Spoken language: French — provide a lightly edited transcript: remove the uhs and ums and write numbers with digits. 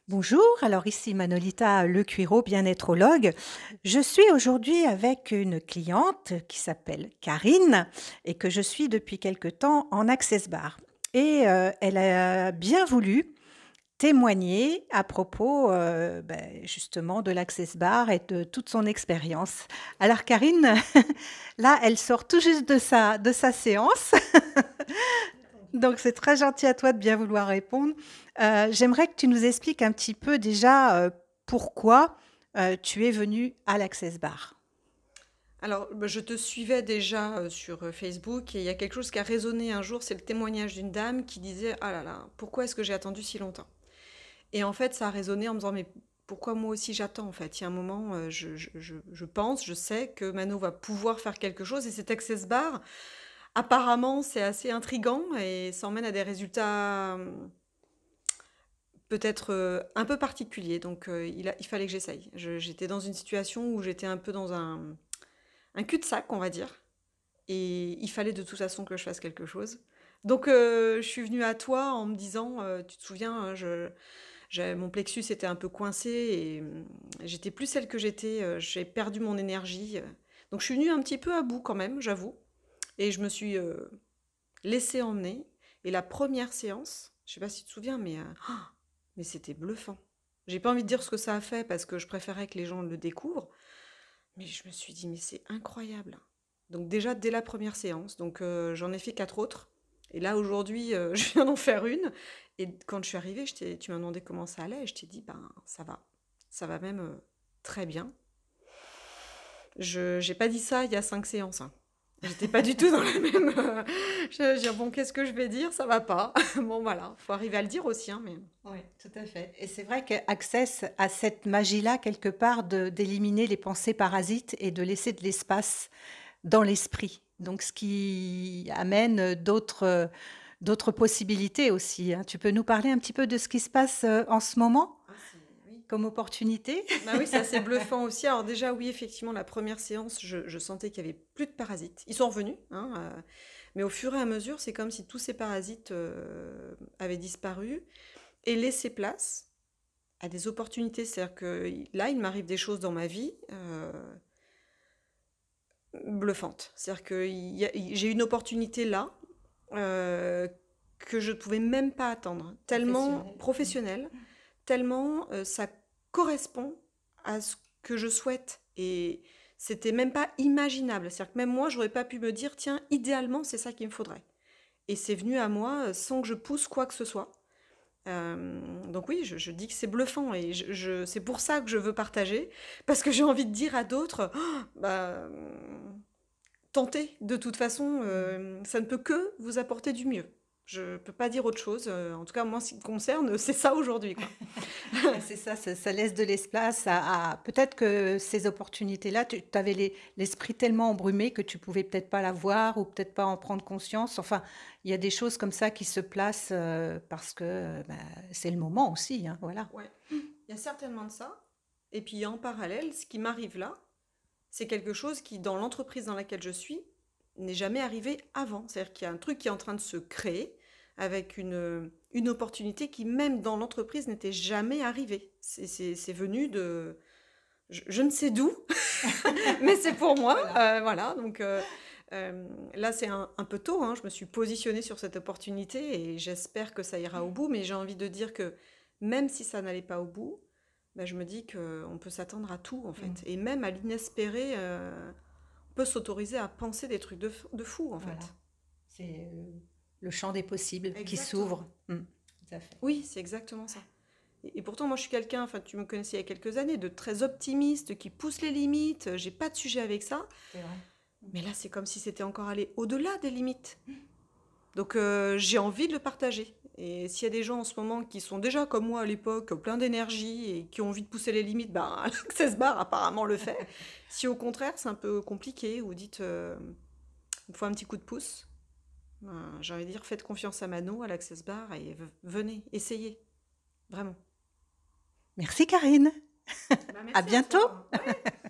Bonjour, alors ici Manolita Lecuiro, bien-êtrologue. Je suis aujourd'hui avec une cliente qui s'appelle Karine et que je suis depuis quelque temps en Access Bar. Elle a bien voulu témoigner à propos justement de l'Access Bar et de toute son expérience. Alors Karine, là, elle sort tout juste de sa séance. Donc, c'est très gentil à toi de bien vouloir répondre. J'aimerais que tu nous expliques un petit peu déjà pourquoi tu es venue à l'Access Bar. Alors, bah, je te suivais déjà sur Facebook et il y a quelque chose qui a résonné un jour, c'est le témoignage d'une dame qui disait: Ah là là, pourquoi est-ce que j'ai attendu si longtemps? Et en fait, ça a résonné en me disant: Mais pourquoi moi aussi j'attends en fait? Il y a un moment, je pense, je sais que Mano va pouvoir faire quelque chose et cet Access Bar, apparemment, c'est assez intrigant et ça emmène à des résultats peut-être un peu particuliers. Donc, il fallait que j'essaye. J'étais dans une situation où j'étais un peu dans un cul-de-sac, on va dire. Et il fallait de toute façon que je fasse quelque chose. Donc, je suis venue à toi en me disant, tu te souviens, hein, mon plexus était un peu coincé et j'étais plus celle que j'étais. J'ai perdu mon énergie. Donc, je suis venue un petit peu à bout quand même, j'avoue. Et je me suis laissée emmener. Et la première séance, je sais pas si tu te souviens, mais c'était bluffant. J'ai pas envie de dire ce que ça a fait parce que je préférais que les gens le découvrent. Mais je me suis dit, mais c'est incroyable. Donc déjà, dès la première séance, donc j'en ai fait 4 autres. Et là, aujourd'hui, je viens d'en faire une. Et quand je suis arrivée, tu m'as demandé comment ça allait. Et je t'ai dit, ben, ça va. Ça va même très bien. Je n'ai pas dit ça il y a 5 séances, hein. J'étais pas du tout dans la même. Bon, qu'est-ce que je vais dire? Ça va pas. Bon, voilà. Faut arriver à le dire aussi, hein, mais. Oui, tout à fait. Et c'est vrai que Access a cette magie-là, quelque part, d'éliminer les pensées parasites et de laisser de l'espace dans l'esprit. Donc, ce qui amène d'autres possibilités aussi, hein. Tu peux nous parler un petit peu de ce qui se passe en ce moment Ah, c'est. Oui. comme opportunité? Bah oui, c'est assez bluffant aussi. Alors déjà, oui, effectivement, la première séance, je sentais qu'il y avait plus de parasites. Ils sont revenus, hein, mais au fur et à mesure, c'est comme si tous ces parasites avaient disparu et laissé place à des opportunités. C'est-à-dire que là, il m'arrive des choses dans ma vie bluffantes. C'est-à-dire que j'ai une opportunité là euh, que je ne pouvais même pas attendre. Tellement Professionnel. professionnelle, tellement ça correspond à ce que je souhaite. Et c'était même pas imaginable. C'est-à-dire que même moi, j'aurais pas pu me dire, tiens, idéalement, c'est ça qu'il me faudrait. Et c'est venu à moi sans que je pousse quoi que ce soit. Donc oui, je dis que c'est bluffant et c'est pour ça que je veux partager, parce que j'ai envie de dire à d'autres, oh, bah, tentez, de toute façon, ça ne peut que vous apporter du mieux. Je ne peux pas dire autre chose. En tout cas, moi, ce qui me concerne, c'est ça aujourd'hui, quoi. C'est ça, ça laisse de l'espace peut-être que ces opportunités-là, tu avais l'esprit tellement embrumé que tu pouvais peut-être pas la voir ou peut-être pas en prendre conscience. Enfin, il y a des choses comme ça qui se placent parce que c'est le moment aussi, hein, voilà. Ouais, il y a certainement de ça. Et puis en parallèle, ce qui m'arrive là, c'est quelque chose qui, dans l'entreprise dans laquelle je suis, n'est jamais arrivé avant. C'est-à-dire qu'il y a un truc qui est en train de se créer avec une opportunité qui, même dans l'entreprise, n'était jamais arrivée. C'est venu de. Je ne sais d'où, mais c'est pour moi. Voilà. Voilà, donc là, c'est un peu tôt, hein. Je me suis positionnée sur cette opportunité et j'espère que ça ira au bout. Mais j'ai envie de dire que même si ça n'allait pas au bout, bah, je me dis qu'on peut s'attendre à tout, en Mm. fait. Et même à l'inespéré, on peut s'autoriser à penser des trucs de fou, en Voilà. fait. C'est le champ des possibles qui Exactement. s'ouvre. Mm. Tout à fait. Oui, c'est exactement ça. Et pourtant, moi, je suis quelqu'un, enfin, tu me connaissais il y a quelques années, de très optimiste, qui pousse les limites. J'ai pas de sujet avec ça. C'est vrai. Mais là, c'est comme si c'était encore allé au-delà des limites. Donc, j'ai envie de le partager. Et s'il y a des gens en ce moment qui sont déjà comme moi à l'époque, plein d'énergie et qui ont envie de pousser les limites, ben, l'Access Bar apparemment le fait. Si au contraire c'est un peu compliqué ou dites, il faut un petit coup de pouce, ben, j'ai envie de dire faites confiance à Manon, à l'Access Bar et venez, essayez. Vraiment. Merci Karine. Bah, À merci à bientôt. toi. Ouais.